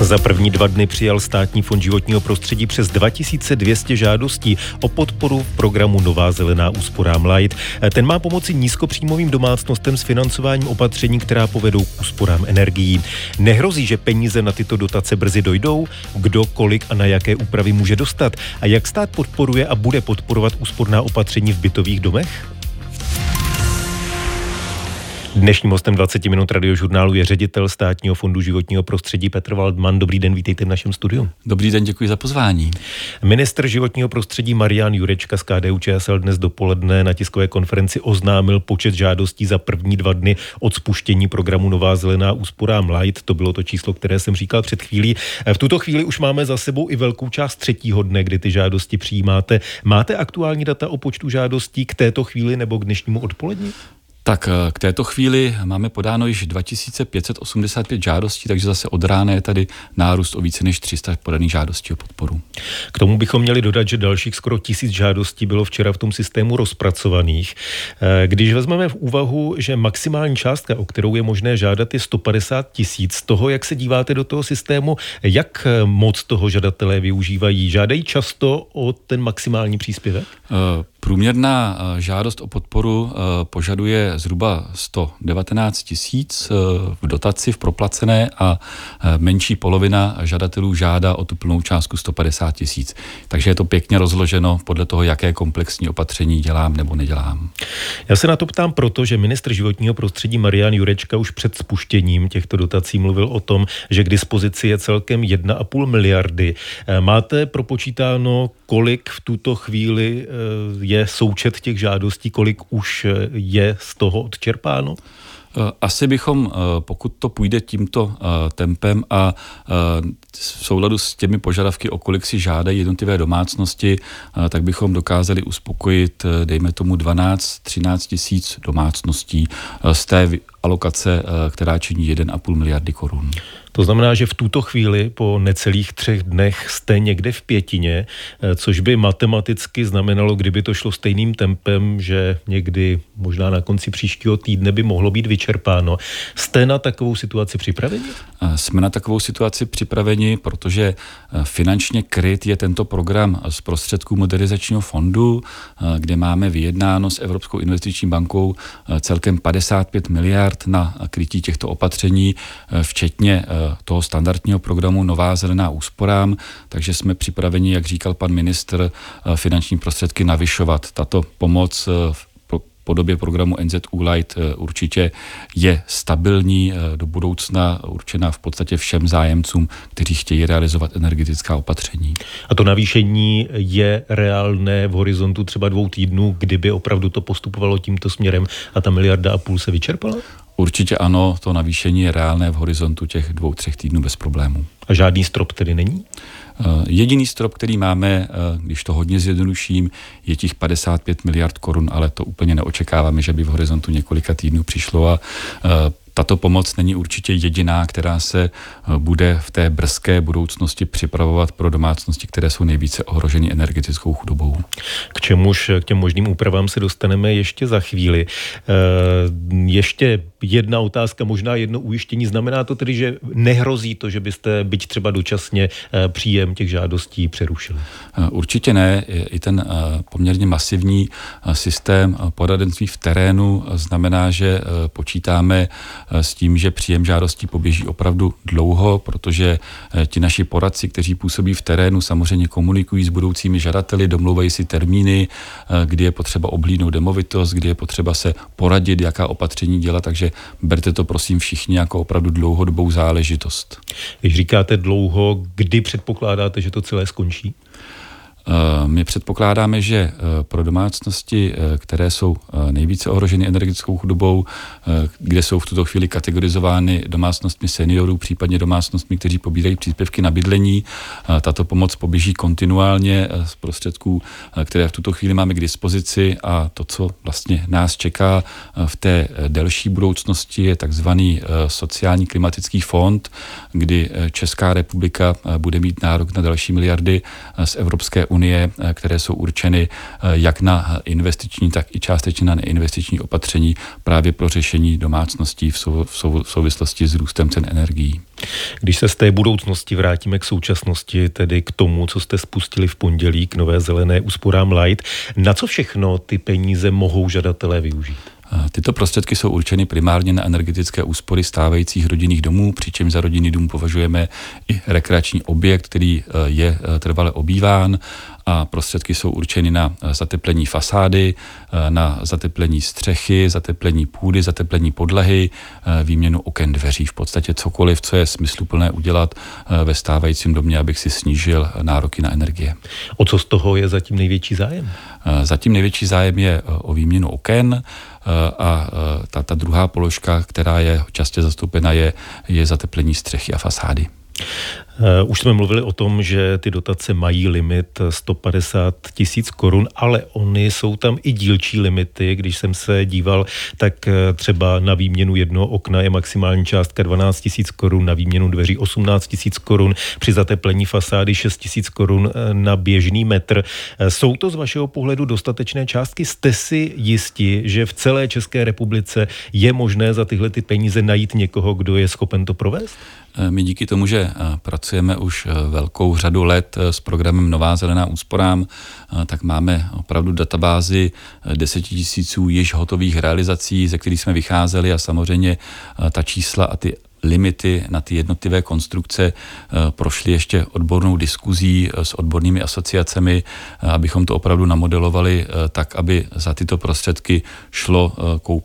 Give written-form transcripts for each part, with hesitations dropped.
Za první 2 dny přijal Státní fond životního prostředí přes 2200 žádostí o podporu v programu Nová zelená úsporám Light. Ten má pomoci nízkopříjmovým domácnostem s financováním opatření, která povedou k úsporám energií. Nehrozí, že peníze na tyto dotace brzy dojdou? Kdo, kolik a na jaké úpravy může dostat? A jak stát podporuje a bude podporovat úsporná opatření v bytových domech? Dnešním hostem 20 minut radiožurnálu je ředitel Státního fondu životního prostředí Petr Waldman. Dobrý den, vítejte v našem studiu. Dobrý den, děkuji za pozvání. Ministr životního prostředí Marian Jurečka z KDU-ČSL dnes dopoledne na tiskové konferenci oznámil počet žádostí za první 2 dny od spuštění programu Nová zelená úsporám Light. To bylo to číslo, které jsem říkal před chvílí. V tuto chvíli už máme za sebou i velkou část 3. dne, kdy ty žádosti přijímáte. Máte aktuální data o počtu žádostí k této chvíli nebo k dnešnímu odpolední? Tak k této chvíli máme podáno již 2585 žádostí, takže zase od rána je tady nárůst o více než 300 podaných žádostí o podporu. K tomu bychom měli dodat, že dalších skoro 1000 žádostí bylo včera v tom systému rozpracovaných. Když vezmeme v úvahu, že maximální částka, o kterou je možné žádat, je 150 000, z toho, jak se díváte do toho systému, jak moc toho žadatelé využívají? Žádají často o ten maximální příspěvek? Průměrná žádost o podporu požaduje zhruba 119 000 v dotaci, v proplacené, a menší polovina žadatelů žádá o tu plnou částku 150 000. Takže je to pěkně rozloženo podle toho, jaké komplexní opatření dělám nebo nedělám. Já se na to ptám proto, že ministr životního prostředí Marian Jurečka už před spuštěním těchto dotací mluvil o tom, že k dispozici je celkem 1,5 miliardy. Máte propočítáno, kolik v tuto chvíli je součet těch žádostí, kolik už je z toho odčerpáno? Asi bychom, pokud to půjde tímto tempem a v souladu s těmi požadavky, o kolik si žádají jednotlivé domácnosti, tak bychom dokázali uspokojit, dejme tomu, 12-13 tisíc domácností z té alokace, která činí 1,5 miliardy korun. To znamená, že v tuto chvíli po necelých 3 dnech jste někde v pětině, což by matematicky znamenalo, kdyby to šlo stejným tempem, že někdy možná na konci příštího týdne by mohlo být vyčerpáno. Jste na takovou situaci připraveni? Jsme na takovou situaci připraveni, protože finančně kryt je tento program z prostředků Modernizačního fondu, kde máme vyjednáno s Evropskou investiční bankou celkem 55 miliard na krytí těchto opatření, včetně toho standardního programu Nová zelená úsporám, takže jsme připraveni, jak říkal pan ministr, finanční prostředky navyšovat. Tato pomoc v podobě programu NZÚ Light určitě je stabilní, do budoucna určená v podstatě všem zájemcům, kteří chtějí realizovat energetická opatření. A to navýšení je reálné v horizontu třeba 2 týdnů, kdyby opravdu to postupovalo tímto směrem a ta 1,5 miliardy se vyčerpala? Určitě ano, to navýšení je reálné v horizontu těch 2-3 týdnů bez problémů. A žádný strop tedy není? Jediný strop, který máme, když to hodně zjednoduším, je těch 55 miliard korun, ale to úplně neočekáváme, že by v horizontu několika týdnů přišlo, a tato pomoc není určitě jediná, která se bude v té brzké budoucnosti připravovat pro domácnosti, které jsou nejvíce ohroženy energetickou chudobou. K těm možným úpravám se dostaneme ještě za chvíli. Ještě jedna otázka, možná jedno ujištění. Znamená to tedy, že nehrozí to, že byste byť třeba dočasně příjem těch žádostí přerušili? Určitě ne. I ten poměrně masivní systém poradenství v terénu znamená, že počítáme s tím, že příjem žádostí poběží opravdu dlouho, protože ti naši poradci, kteří působí v terénu, samozřejmě komunikují s budoucími žadateli, domlouvají si termíny, kdy je potřeba oblídnout nemovitost, kdy je potřeba se poradit, jaká opatření dělat, takže berte to prosím všichni jako opravdu dlouhodobou záležitost. Když říkáte dlouho, kdy předpokládáte, že to celé skončí? My předpokládáme, že pro domácnosti, které jsou nejvíce ohroženy energetickou chudobou, kde jsou v tuto chvíli kategorizovány domácnostmi seniorů, případně domácnostmi, kteří pobírají příspěvky na bydlení, tato pomoc poběží kontinuálně z prostředků, které v tuto chvíli máme k dispozici, a to, co vlastně nás čeká v té delší budoucnosti, je takzvaný sociální klimatický fond, kdy Česká republika bude mít nárok na další miliardy z Evropské unie, které jsou určeny jak na investiční, tak i částečně na neinvestiční opatření právě pro řešení domácností v souvislosti s růstem cen energií. Když se z té budoucnosti vrátíme k současnosti, tedy k tomu, co jste spustili v pondělí, k Nové zelené úsporám Light, na co všechno ty peníze mohou žadatelé využít? Tyto prostředky jsou určeny primárně na energetické úspory stávajících rodinných domů, přičemž za rodinný dům považujeme i rekreační objekt, který je trvale obýván, a prostředky jsou určeny na zateplení fasády, na zateplení střechy, zateplení půdy, zateplení podlahy, výměnu oken, dveří, v podstatě cokoliv, co je smysluplné udělat ve stávajícím domě, abych si snížil nároky na energie. O co z toho je zatím největší zájem? Zatím největší zájem je o výměnu oken, a ta druhá položka, která je častě zastoupena, je zateplení střechy a fasády. Už jsme mluvili o tom, že ty dotace mají limit 150 000 korun, ale ony jsou tam i dílčí limity. Když jsem se díval, tak třeba na výměnu jednoho okna je maximální částka 12 000 korun, na výměnu dveří 18 000 korun, při zateplení fasády 6 000 korun na běžný metr. Jsou to z vašeho pohledu dostatečné částky? Jste si jisti, že v celé České republice je možné za tyhle ty peníze najít někoho, kdo je schopen to provést? My díky tomu, že pracujeme už velkou řadu let s programem Nová zelená úsporám, tak máme opravdu databázi 10 000 již hotových realizací, ze kterých jsme vycházeli, a samozřejmě ta čísla a ty limity na ty jednotlivé konstrukce prošly ještě odbornou diskuzí s odbornými asociacemi, abychom to opravdu namodelovali tak, aby za tyto prostředky šlo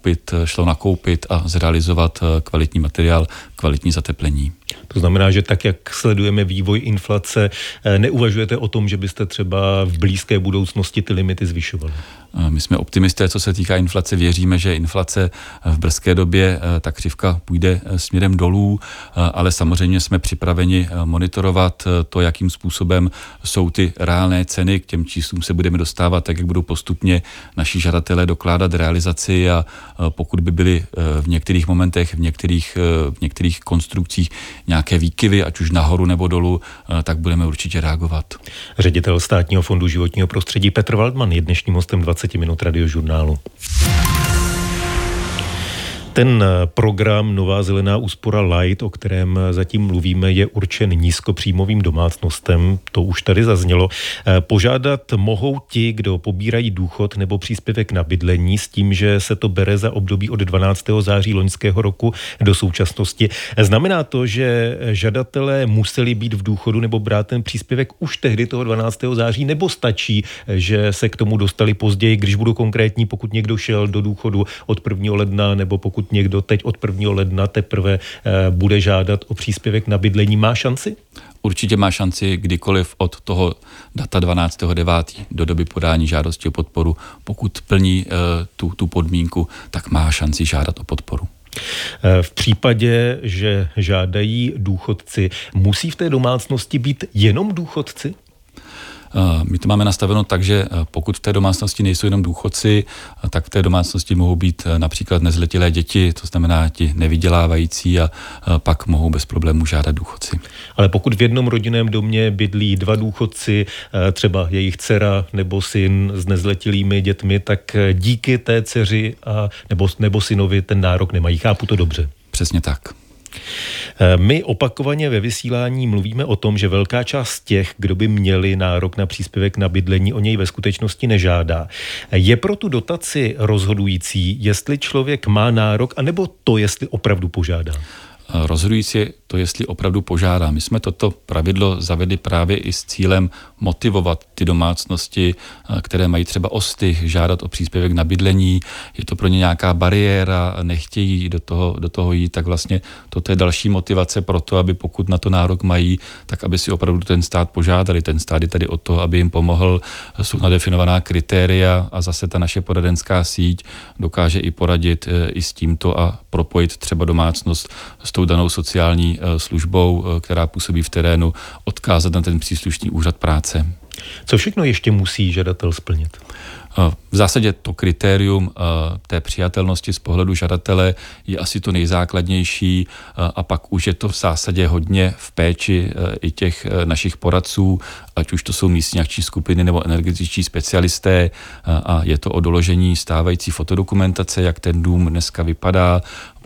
nakoupit a zrealizovat kvalitní materiál, kvalitní zateplení. To znamená, že tak, jak sledujeme vývoj inflace, neuvažujete o tom, že byste třeba v blízké budoucnosti ty limity zvyšovali? My jsme optimisté, co se týká inflace. Věříme, že inflace v brzké době, ta křivka půjde směrem dolů, ale samozřejmě jsme připraveni monitorovat to, jakým způsobem jsou ty reálné ceny. K těm číslům se budeme dostávat, tak jak budou postupně naši žadatelé dokládat realizaci, a pokud by byly v některých momentech, v některých konstrukcích nějaké výkyvy, ať už nahoru nebo dolů, tak budeme určitě reagovat. Ředitel Státního fondu životního prostředí Petr Waldman je dnešním hostem 20 minut Radiožurnálu. Ten program Nová zelená úspora Light, o kterém zatím mluvíme, je určen nízkopříjmovým domácnostem, to už tady zaznělo. Požádat mohou ti, kdo pobírají důchod nebo příspěvek na bydlení, s tím, že se to bere za období od 12. září loňského roku do současnosti. Znamená to, že žadatelé museli být v důchodu nebo brát ten příspěvek už tehdy toho 12. září, nebo stačí, že se k tomu dostali později, když budu konkrétní, pokud někdo šel do důchodu od 1. ledna, nebo pokud někdo teď od 1. ledna teprve bude žádat o příspěvek na bydlení, má šanci? Určitě má šanci kdykoliv od toho data 12.9. do doby podání žádosti o podporu. Pokud plní tu podmínku, tak má šanci žádat o podporu. V případě, že žádají důchodci, musí v té domácnosti být jenom důchodci? My to máme nastaveno tak, že pokud v té domácnosti nejsou jenom důchodci, tak v té domácnosti mohou být například nezletilé děti, to znamená ti nevydělávající, a pak mohou bez problémů žádat důchodci. Ale pokud v jednom rodinném domě bydlí 2 důchodci, třeba jejich dcera nebo syn s nezletilými dětmi, tak díky té dceři nebo synovi ten nárok nemají. Chápu to dobře? Přesně tak. My opakovaně ve vysílání mluvíme o tom, že velká část těch, kdo by měli nárok na příspěvek na bydlení, o něj ve skutečnosti nežádá. Je pro tu dotaci rozhodující, jestli člověk má nárok, anebo to, jestli opravdu požádá? Rozhodující je to, jestli opravdu požádá. My jsme toto pravidlo zavedli právě i s cílem motivovat ty domácnosti, které mají třeba ostych, žádat o příspěvek na bydlení. Je to pro ně nějaká bariéra, nechtějí do toho jít, tak vlastně toto je další motivace pro to, aby pokud na to nárok mají, tak aby si opravdu ten stát požádali. Ten stát je tady o to, aby jim pomohl. Jsou nadefinovaná kritéria a zase ta naše poradenská síť dokáže i poradit i s tímto a propojit třeba domácnost s tou danou sociální službou, která působí v terénu, odkázat na ten příslušný úřad práce. Co všechno ještě musí žadatel splnit? V zásadě to kritérium té přijatelnosti z pohledu žadatele je asi to nejzákladnější, a pak už je to v zásadě hodně v péči i těch našich poradců, ať už to jsou místní akční skupiny nebo energetičtí specialisté, a je to o doložení stávající fotodokumentace, jak ten dům dneska vypadá,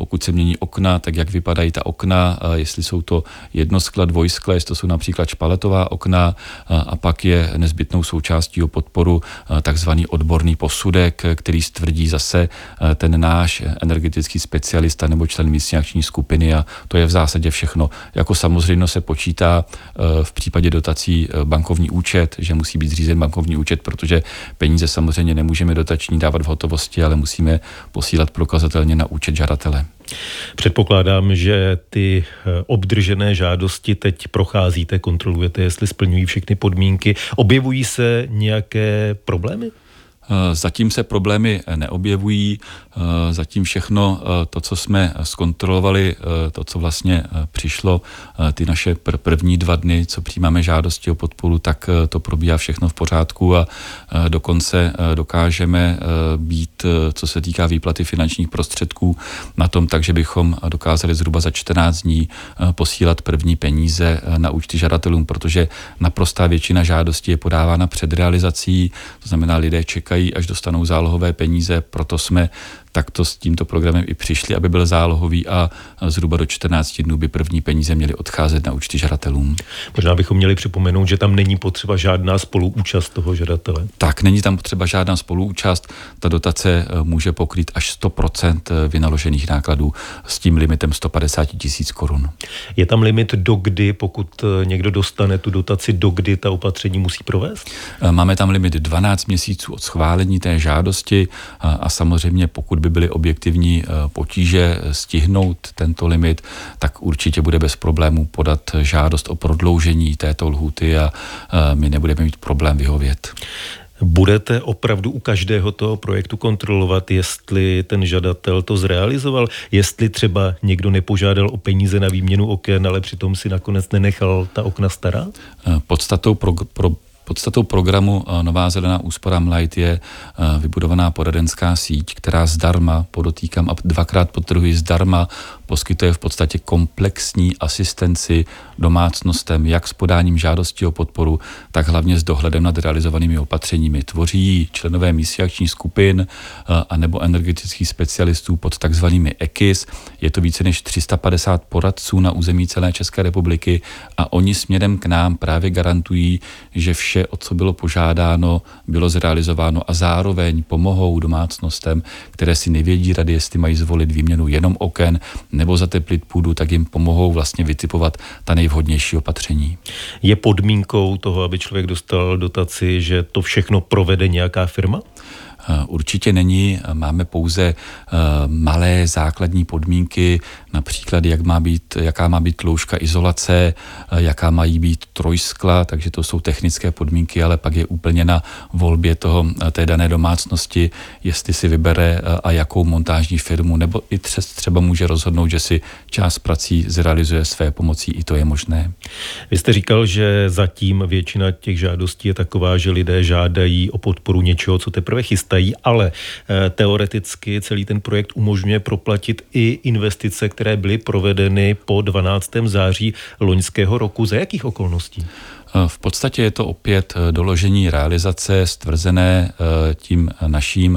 pokud se mění okna, tak jak vypadají ta okna, jestli jsou to jednoskla, dvojskla, jestli to jsou například špaletová okna, a pak je nezbytnou součástí o podporu takzvaný odborný posudek, který stvrdí zase ten náš energetický specialista nebo člen místní akční skupiny, a to je v zásadě všechno. Jako samozřejmě se počítá v případě dotací bankovní účet, že musí být zřízen bankovní účet, protože peníze samozřejmě nemůžeme dotační dávat v hotovosti, ale musíme posílat prokazatelně na účet žadatele. Předpokládám, že ty obdržené žádosti teď procházíte, kontrolujete, jestli splňují všechny podmínky. Objevují se nějaké problémy? Zatím se problémy neobjevují, zatím všechno to, co jsme zkontrolovali, to, co vlastně přišlo, ty naše první 2 dny, co přijímáme žádosti o podporu, tak to probíhá všechno v pořádku a dokonce dokážeme být, co se týká výplaty finančních prostředků, na tom tak, že bychom dokázali zhruba za 14 dní posílat první peníze na účty žadatelům, protože naprostá většina žádostí je podávána před realizací, to znamená, lidé čekají, až dostanou zálohové peníze, proto jsme takto s tímto programem i přišli, aby byl zálohový a zhruba do 14 dnů by první peníze měly odcházet na účty žadatelům. Možná bychom měli připomenout, že tam není potřeba žádná spoluúčast toho žadatele. Tak, není tam potřeba žádná spoluúčast. Ta dotace může pokrýt až 100% vynaložených nákladů s tím limitem 150 000 korun. Je tam limit dokdy, pokud někdo dostane tu dotaci, dokdy ta opatření musí provést? Máme tam limit 12 měsíců od schválení té žádosti a samozřejmě pokud by byly objektivní potíže stihnout tento limit, tak určitě bude bez problémů podat žádost o prodloužení této lhůty a my nebudeme mít problém vyhovět. Budete opravdu u každého toho projektu kontrolovat, jestli ten žadatel to zrealizoval, jestli třeba někdo nepožádal o peníze na výměnu oken, ale přitom si nakonec nenechal ta okna stará? Podstatou programu Nová zelená úsporám Light je vybudovaná poradenská síť, která zdarma, podotýkám a 2krát podtrhuji zdarma, poskytuje v podstatě komplexní asistenci domácnostem, jak s podáním žádosti o podporu, tak hlavně s dohledem nad realizovanými opatřeními. Tvoří členové místních akčních skupin anebo energetických specialistů pod takzvanými EKIS. Je to více než 350 poradců na území celé České republiky a oni směrem k nám právě garantují, že vše, o co bylo požádáno, bylo zrealizováno a zároveň pomohou domácnostem, které si nevědí rady, jestli mají zvolit výměnu jenom oken nebo zateplit půdu, tak jim pomohou vlastně vytipovat ta nejvhodnější opatření. Je podmínkou toho, aby člověk dostal dotaci, že to všechno provede nějaká firma? Určitě není, máme pouze malé základní podmínky, například jaká má být tloušťka izolace, jaká mají být trojskla, takže to jsou technické podmínky, ale pak je úplně na volbě té dané domácnosti, jestli si vybere a jakou montážní firmu, nebo i třeba může rozhodnout, že si část prací zrealizuje své pomocí, i to je možné. Vy jste říkal, že zatím většina těch žádostí je taková, že lidé žádají o podporu něčeho, co teprve chystají, ale teoreticky celý ten projekt umožňuje proplatit i investice, které byly provedeny po 12. září loňského roku. Za jakých okolností? V podstatě je to opět doložení realizace stvrzené tím naším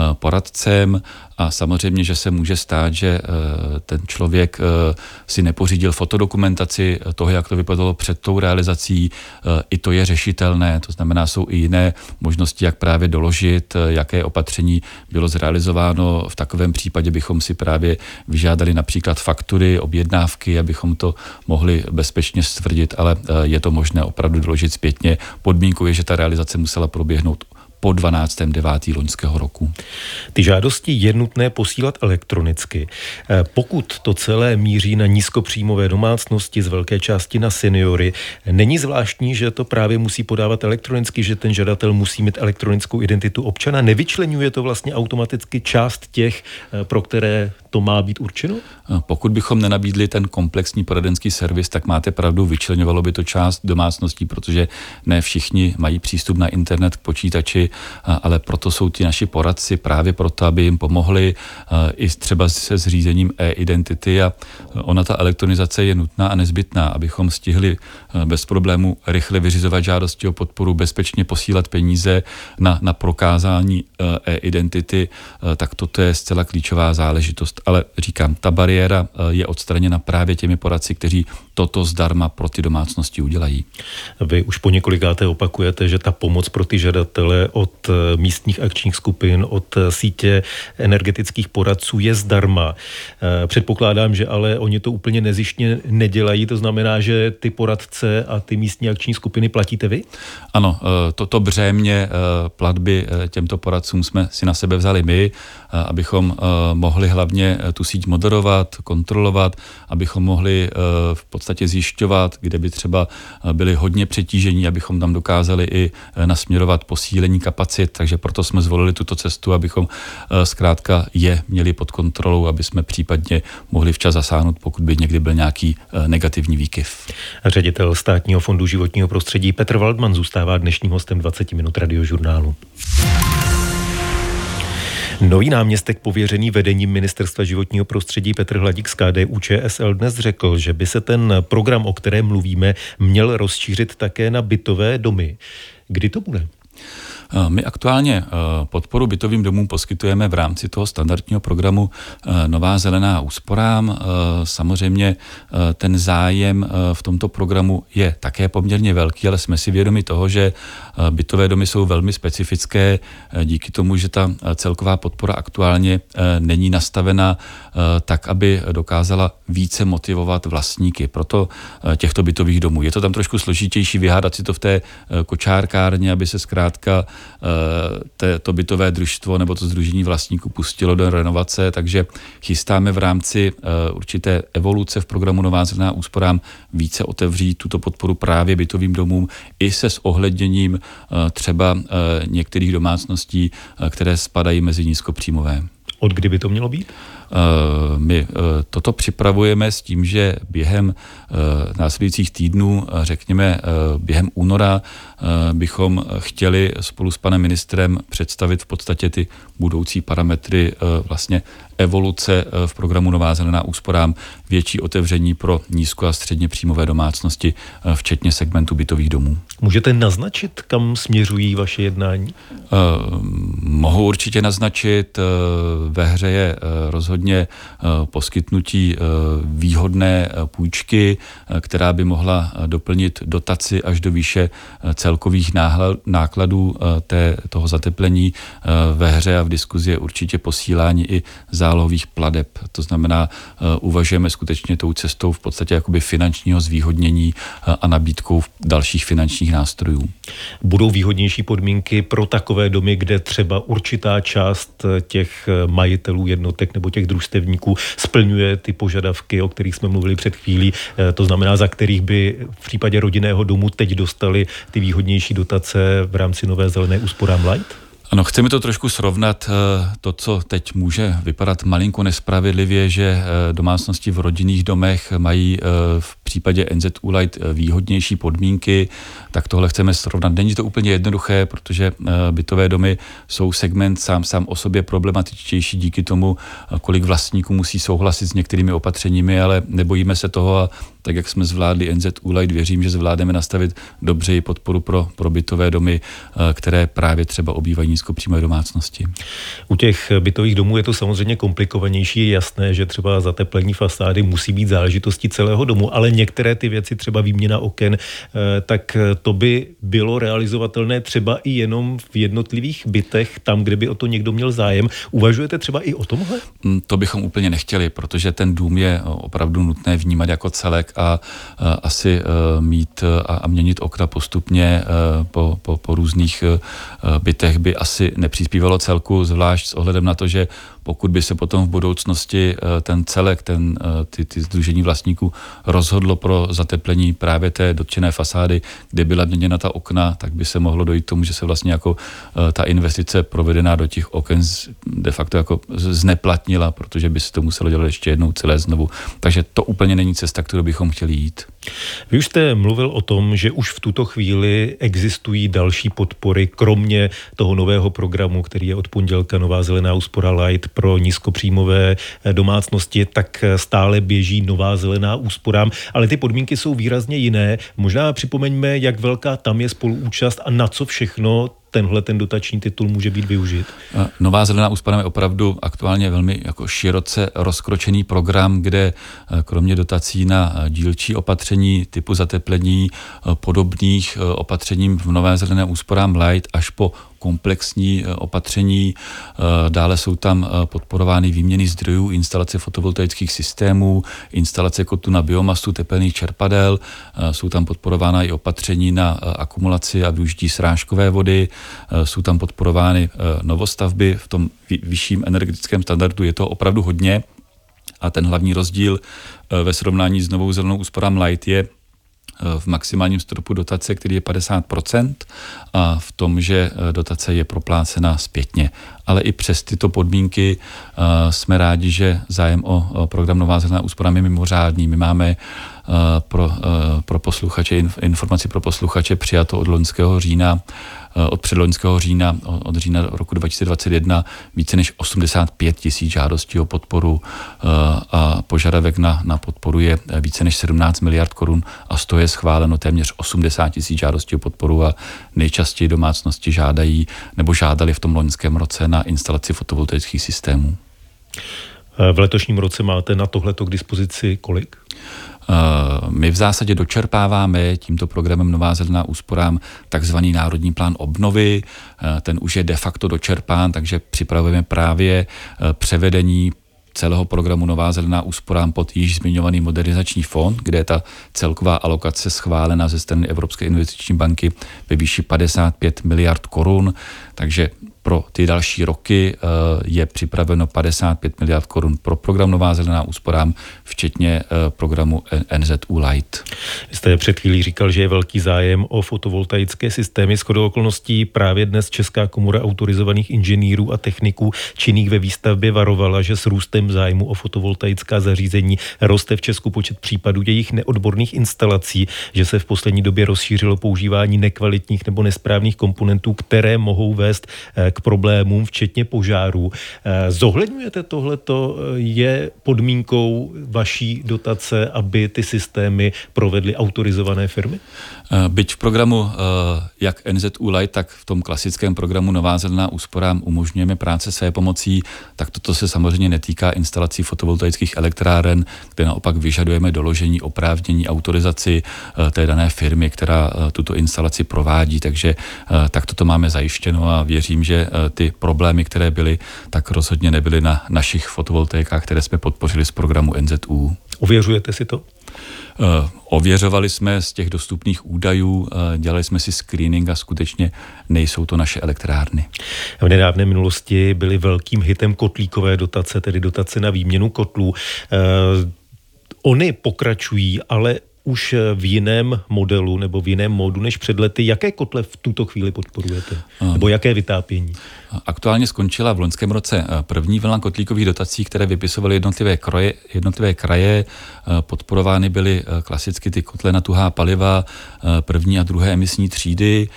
poradcem a samozřejmě, že se může stát, že ten člověk si nepořídil fotodokumentaci toho, jak to vypadalo před tou realizací. I to je řešitelné, to znamená, jsou i jiné možnosti, jak právě doložit, jaké opatření bylo zrealizováno. V takovém případě bychom si právě vyžádali například faktury, objednávky, abychom to mohli bezpečně stvrdit, ale je to možné opravdu doložit zpětně. Podmínkou je, že ta realizace musela proběhnout po 12.9. loňského roku. Ty žádosti je nutné posílat elektronicky. Pokud to celé míří na nízkopříjmové domácnosti, z velké části na seniory, není zvláštní, že to právě musí podávat elektronicky, že ten žadatel musí mít elektronickou identitu občana? Nevyčleňuje to vlastně automaticky část těch, pro které to má být určeno? Pokud bychom nenabídli ten komplexní poradenský servis, tak máte pravdu, vyčleňovalo by to část domácností, protože ne všichni mají přístup na internet k počítači, ale proto jsou ti naši poradci právě proto, aby jim pomohli i třeba se zřízením e-identity a ona ta elektronizace je nutná a nezbytná, abychom stihli bez problému rychle vyřizovat žádosti o podporu, bezpečně posílat peníze na prokázání e-identity, tak toto je zcela klíčová záležitost. možnost. Ale říkám, ta bariéra je odstraněna právě těmi poradci, kteří toto zdarma pro ty domácnosti udělají. Vy už po několikáté opakujete, že ta pomoc pro ty žadatele od místních akčních skupin, od sítě energetických poradců je zdarma. Předpokládám, že ale oni to úplně nezištně nedělají, to znamená, že ty poradce a ty místní akční skupiny platíte vy? Ano, toto břemě platby těmto poradcům jsme si na sebe vzali my, abychom mohli hlavně tu síť moderovat, kontrolovat, abychom mohli v podstatě zjišťovat, kde by třeba byli hodně přetížení, abychom tam dokázali i nasměrovat posílení kapacit, takže proto jsme zvolili tuto cestu, abychom zkrátka je měli pod kontrolou, aby jsme případně mohli včas zasáhnout, pokud by někdy byl nějaký negativní výkyv. Ředitel Státního fondu životního prostředí Petr Waldman zůstává dnešním hostem 20 minut Radiožurnálu. Nový náměstek pověřený vedením Ministerstva životního prostředí Petr Hladík z KDU-ČSL dnes řekl, že by se ten program, o kterém mluvíme, měl rozšířit také na bytové domy. Kdy to bude? My aktuálně podporu bytovým domům poskytujeme v rámci toho standardního programu Nová zelená úsporám. Samozřejmě ten zájem v tomto programu je také poměrně velký, ale jsme si vědomi toho, že bytové domy jsou velmi specifické díky tomu, že ta celková podpora aktuálně není nastavena tak, aby dokázala více motivovat vlastníky. Proto těchto bytových domů. Je to tam trošku složitější vyhádat si to v té kočárkárně, aby se zkrátka to bytové družstvo nebo to sdružení vlastníků pustilo do renovace, takže chystáme v rámci určité evoluce v programu Nová zelená úsporám více otevřít tuto podporu právě bytovým domům i se zohledněním třeba některých domácností, které spadají mezi nízkopříjmové. Od kdy by to mělo být? My toto připravujeme s tím, že během následujících týdnů, řekněme během února, bychom chtěli spolu s panem ministrem představit v podstatě ty budoucí parametry vlastně evoluce v programu Nová zelená úsporám, větší otevření pro nízko- a středně příjmové domácnosti, včetně segmentu bytových domů. Můžete naznačit, kam směřují vaše jednání? Mohu určitě naznačit. Ve hře je rozhodně poskytnutí výhodné půjčky, která by mohla doplnit dotaci až do výše celkových nákladů toho zateplení. Ve hře a v diskuzi je určitě posílání i zálohových plateb. To znamená, uvažujeme skutečně tou cestou v podstatě jakoby finančního zvýhodnění a nabídkou dalších finančních nástrojů. Budou výhodnější podmínky pro takové domy, kde třeba určitá část těch majitelů jednotek nebo těch družstevníků splňuje ty požadavky, o kterých jsme mluvili před chvílí, to znamená, za kterých by v případě rodinného domu teď dostali ty výhodnější dotace v rámci Nové zelené úsporám Light? Ano, chceme to trošku srovnat, to, co teď může vypadat malinko nespravedlivě, že domácnosti v rodinných domech mají v případě NZÚ Light výhodnější podmínky, tak tohle chceme srovnat. Není to úplně jednoduché, protože bytové domy jsou segment sám o sobě problematičtější díky tomu, kolik vlastníků musí souhlasit s některými opatřeními, ale nebojíme se toho a tak, jak jsme zvládli NZÚ Light, věřím, že zvládneme nastavit dobře i podporu pro bytové domy, které právě třeba obývají nízkopříjmové domácnosti. U těch bytových domů je to samozřejmě komplikovanější, je jasné, že třeba zateplení fasády musí být záležitostí celého domu, ale některé ty věci, třeba výměna oken, tak to by bylo realizovatelné třeba i jenom v jednotlivých bytech, tam, kde by o to někdo měl zájem. Uvažujete třeba i o tomhle? To bychom úplně nechtěli, protože ten dům je opravdu nutné vnímat jako celek a asi mít a měnit okna postupně po různých bytech by asi nepřispívalo celku, zvlášť s ohledem na to, že pokud by se potom v budoucnosti ten celek, ty sdružení vlastníků rozhodlo pro zateplení právě té dotčené fasády, kde byla měněna ta okna, tak by se mohlo dojít k tomu, že se vlastně jako ta investice provedená do těch oken de facto jako zneplatnila, protože by se to muselo dělat ještě jednou celé znovu. Takže to úplně není cesta, kterou bychom chtěli jít. Vy už jste mluvil o tom, že už v tuto chvíli existují další podpory, kromě toho nového programu, který je od pondělka Nová zelená úspora Light pro nízkopříjmové domácnosti, tak stále běží Nová zelená úsporám, ale ty podmínky jsou výrazně jiné. Možná připomeňme, jak velká tam je spoluúčast a na co všechno ten dotační titul může být využit? Nová zelená úsporám je opravdu aktuálně velmi jako široce rozkročený program, kde kromě dotací na dílčí opatření typu zateplení, podobných opatřením v Nové zelené úsporám Light až po komplexní opatření. Dále jsou tam podporovány výměny zdrojů, instalace fotovoltaických systémů, instalace kotlů na biomasu, tepelných čerpadel. Jsou tam podporována i opatření na akumulaci a využití srážkové vody. Jsou tam podporovány novostavby v tom vyšším energetickém standardu. Je to opravdu hodně. A ten hlavní rozdíl ve srovnání s Novou zelenou úsporám Light je v maximálním stropu dotace, který je 50%, a v tom, že dotace je proplácena zpětně. Ale i přes tyto podmínky jsme rádi, že zájem o program Nová zelená úsporám je mimořádný. My máme pro posluchače, informaci pro posluchače přijato od předloňského října, od října roku 2021 více než 85 000 žádostí o podporu a požadavek na podporu je více než 17 miliard korun a z toho je schváleno téměř 80 000 žádostí o podporu a nejčastěji domácnosti žádají nebo žádali v tom loňském roce na instalaci fotovoltaických systémů. V letošním roce máte na tohleto k dispozici kolik? My v zásadě dočerpáváme tímto programem Nová zelená úsporám takzvaný národní plán obnovy. Ten už je de facto dočerpán, takže připravujeme právě převedení celého programu Nová zelená úsporám pod již zmiňovaný modernizační fond, kde je ta celková alokace schválena ze strany Evropské investiční banky ve výši 55 miliard korun, takže pro ty další roky je připraveno 55 miliard korun pro program Nová zelená úsporám, včetně programu NZÚ Light. Jste před chvílí říkal, že je velký zájem o fotovoltaické systémy. Shodou okolností právě dnes Česká komora autorizovaných inženýrů a techniků činných ve výstavbě varovala, že s růstem zájmu o fotovoltaická zařízení roste v Česku počet případů jejich neodborných instalací, že se v poslední době rozšířilo používání nekvalitních nebo nesprávných komponentů, které mohou vést k problémům, včetně požárů. Zohledňujete tohleto? Je podmínkou vaší dotace, aby ty systémy provedly autorizované firmy? Byť v programu jak NZÚ Light, tak v tom klasickém programu Nová zelená úsporám umožňujeme práce své pomocí, tak toto se samozřejmě netýká instalací fotovoltaických elektráren, kde naopak vyžadujeme doložení oprávnění, autorizaci té dané firmy, která tuto instalaci provádí, takže tak toto máme zajištěno a věřím, že ty problémy, které byly, tak rozhodně nebyly na našich fotovoltaikách, které jsme podpořili z programu NZÚ. Ověřujete si to? Ověřovali jsme z těch dostupných údajů, dělali jsme si screening a skutečně nejsou to naše elektrárny. V nedávné minulosti byly velkým hitem kotlíkové dotace, tedy dotace na výměnu kotlů. Ony pokračují, ale už v jiném modelu nebo v jiném módu než před lety. Jaké kotle v tuto chvíli podporujete? Nebo jaké vytápění? Aktuálně skončila v loňském roce první vlna kotlíkových dotací, které vypisovaly jednotlivé kraje. Podporovány byly klasicky ty kotle na tuhá paliva, první a druhé emisní třídy,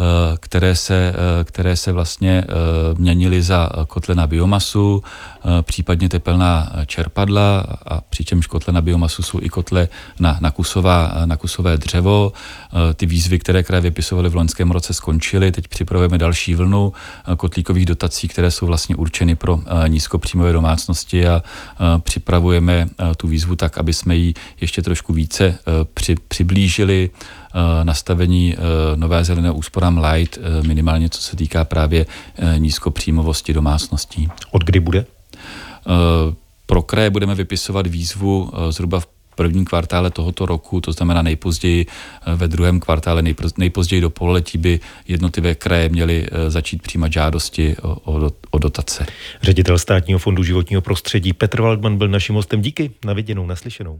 které se vlastně měnily za kotle na biomasu, případně tepelná čerpadla, a přičemž kotle na biomasu jsou i kotle na kusové dřevo. Ty výzvy, které kraje vypisovaly v loňském roce, skončily. Teď připravujeme další vlnu kotlíkových dotací, které jsou vlastně určeny pro nízkopříjmové domácnosti a připravujeme tu výzvu tak, aby jsme ji ještě trošku více přiblížili nastavení Nové zelené úsporám Light, minimálně co se týká právě nízkopříjmovosti domácností. Od kdy bude? Pro kraje budeme vypisovat výzvu zhruba v prvním kvartále tohoto roku, to znamená nejpozději ve druhém kvartále, nejpozději do pololetí by jednotlivé kraje měly začít přijímat žádosti o dotace. Ředitel Státního fondu životního prostředí Petr Waldman byl naším hostem. Díky, na viděnou, naslyšenou.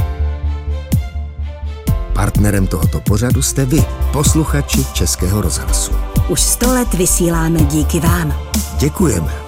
Partnerem tohoto pořadu jste vy, posluchači Českého rozhlasu. Už 100 let vysíláme díky vám. Děkujeme.